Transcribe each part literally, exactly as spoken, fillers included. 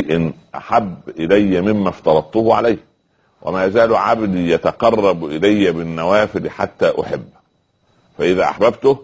شيء احب الي مما افترضته عليه، وما يزال عبدي يتقرب الي بالنوافل حتى احبه، فاذا احببته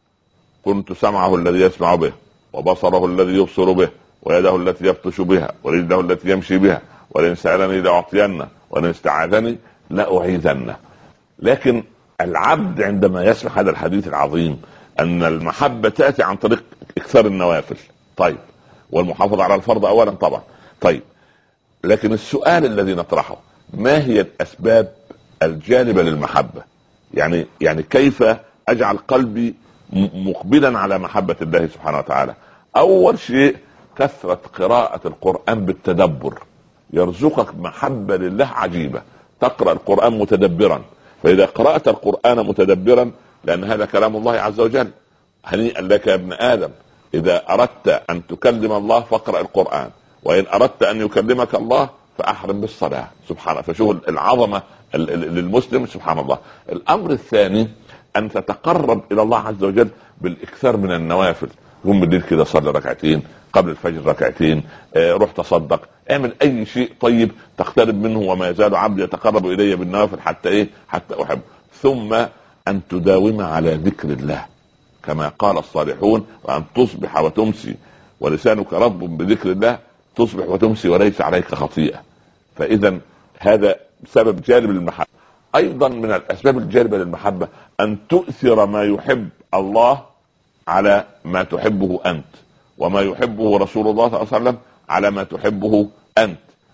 كنت سمعه الذي يسمع به، وبصره الذي يبصر به، ويده التي يبطش بها، ورجله التي يمشي بها، ولئن سألني لأعطينه، ولئن استعاذني لأعيذنه. لكن العبد عندما يسمع هذا الحديث العظيم أن المحبة تأتي عن طريق إكثار النوافل، طيب، والمحافظة على الفرض أولا طبعا، طيب، لكن السؤال الذي نطرحه: ما هي الأسباب الجالبة للمحبة؟ يعني يعني كيف أجعل قلبي مقبلا على محبة الله سبحانه وتعالى؟ أول شيء كثرة قراءة القرآن بالتدبر، يرزقك محبة لله عجيبة. تقرأ القرآن متدبرا، فإذا قرأت القرآن متدبرا، لأن هذا كلام الله عز وجل، هنيئا لك يا ابن آدم إذا أردت أن تكلم الله فاقرأ القرآن، وإن أردت أن يكلمك الله فأحرم بالصلاة. سبحانه، فشوف العظمة للمسلم، سبحان الله. الأمر الثاني أن تتقرب إلى الله عز وجل بالإكثار من النوافل. قم بالليل كده صلي ركعتين، قبل الفجر ركعتين، آه، روح تصدق، اعمل اي شيء طيب تقترب منه. وما يزال عبدي يتقرب الي بالنوافل حتى ايه؟ حتى احب. ثم ان تداوم على ذكر الله كما قال الصالحون: وان تصبح وتمسي ولسانك رطب بذكر الله، تصبح وتمسي وليس عليك خطيئة. فاذا هذا سبب جالب للمحبة. ايضا من الاسباب الجالبة للمحبة ان تؤثر ما يحب الله على ما تحبه انت، وما يحبه رسول الله صلى الله عليه وسلم على ما تحبه انت.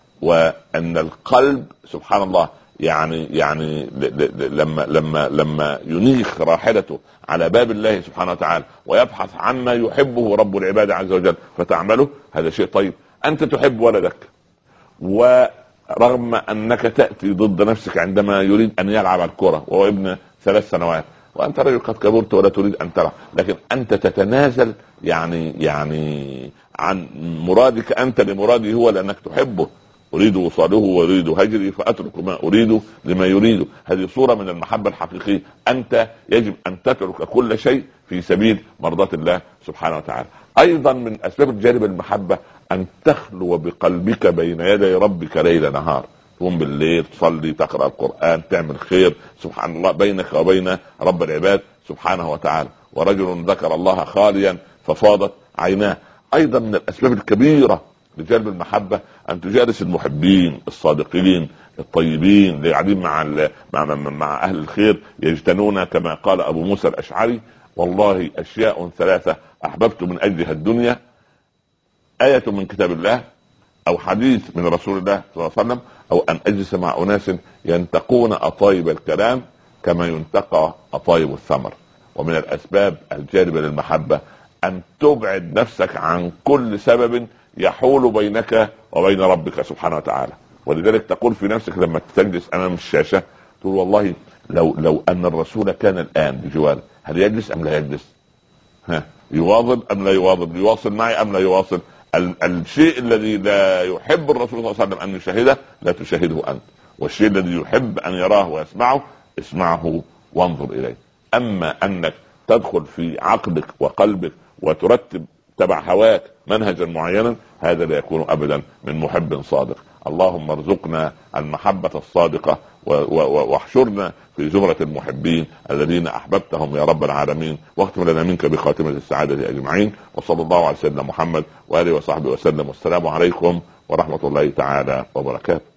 وان القلب سبحان الله يعني يعني لما لما لما ينيخ راحلته على باب الله سبحانه وتعالى ويبحث عما يحبه رب العباد عز وجل فتعمله، هذا شيء طيب. انت تحب ولدك، ورغم انك تأتي ضد نفسك عندما يريد ان يلعب الكرة وهو ابن ثلاث سنوات، وانت رجل قد كبرت ولا تريد ان تلعب، لكن انت تتنازل يعني يعني عن مرادك انت لمراده هو، لانك تحبه. اريد وصاله واريد هجري فاترك ما اريد لما يريد. هذه صورة من المحبة الحقيقية. انت يجب ان تترك كل شيء في سبيل مرضاة الله سبحانه وتعالى. ايضا من اسباب الجالبة للمحبة ان تخلو بقلبك بين يدي ربك ليل نهار. تقوم بالليل تصلي، تقرأ القرآن، تعمل خير، سبحان الله، بينك وبين رب العباد سبحانه وتعالى. ورجل ذكر الله خاليا ففاضت عيناه. ايضا من الاسباب الكبيرة لجلب المحبة ان تجالس المحبين الصادقين الطيبين اللي قاعدين مع, مع مع اهل الخير، يجتنون كما قال ابو موسى الاشعري: والله اشياء ثلاثة احببت من اجلها الدنيا: آية من كتاب الله، او حديث من رسول الله صلى الله عليه وسلم، او ان اجلس مع اناس ينتقون اطايب الكلام كما ينتقى اطايب الثمر. ومن الاسباب الجالبة للمحبة ان تبعد نفسك عن كل سبب يحول بينك وبين ربك سبحانه وتعالى. ولذلك تقول في نفسك لما تجلس امام الشاشة، تقول: والله لو لو ان الرسول كان الان بجواري، هل يجلس ام لا يجلس؟ ها، يواظب ام لا يواظب؟ يواصل معي ام لا يواصل؟ الشيء الذي لا يحب الرسول صلى الله عليه وسلم ان يشاهده لا تشاهده انت، والشيء الذي يحب ان يراه ويسمعه اسمعه وانظر اليه. اما انك تدخل في عقلك وقلبك وترتب تبع هواك منهجا معينا، هذا لا يكون ابدا من محب صادق. اللهم ارزقنا المحبة الصادقة واحشرنا في زمرة المحبين الذين احببتهم يا رب العالمين، واختم لنا منك بخاتمة السعادة اجمعين. وصلى الله على سيدنا محمد وآله وصحبه وسلم، والسلام عليكم ورحمة الله تعالى وبركاته.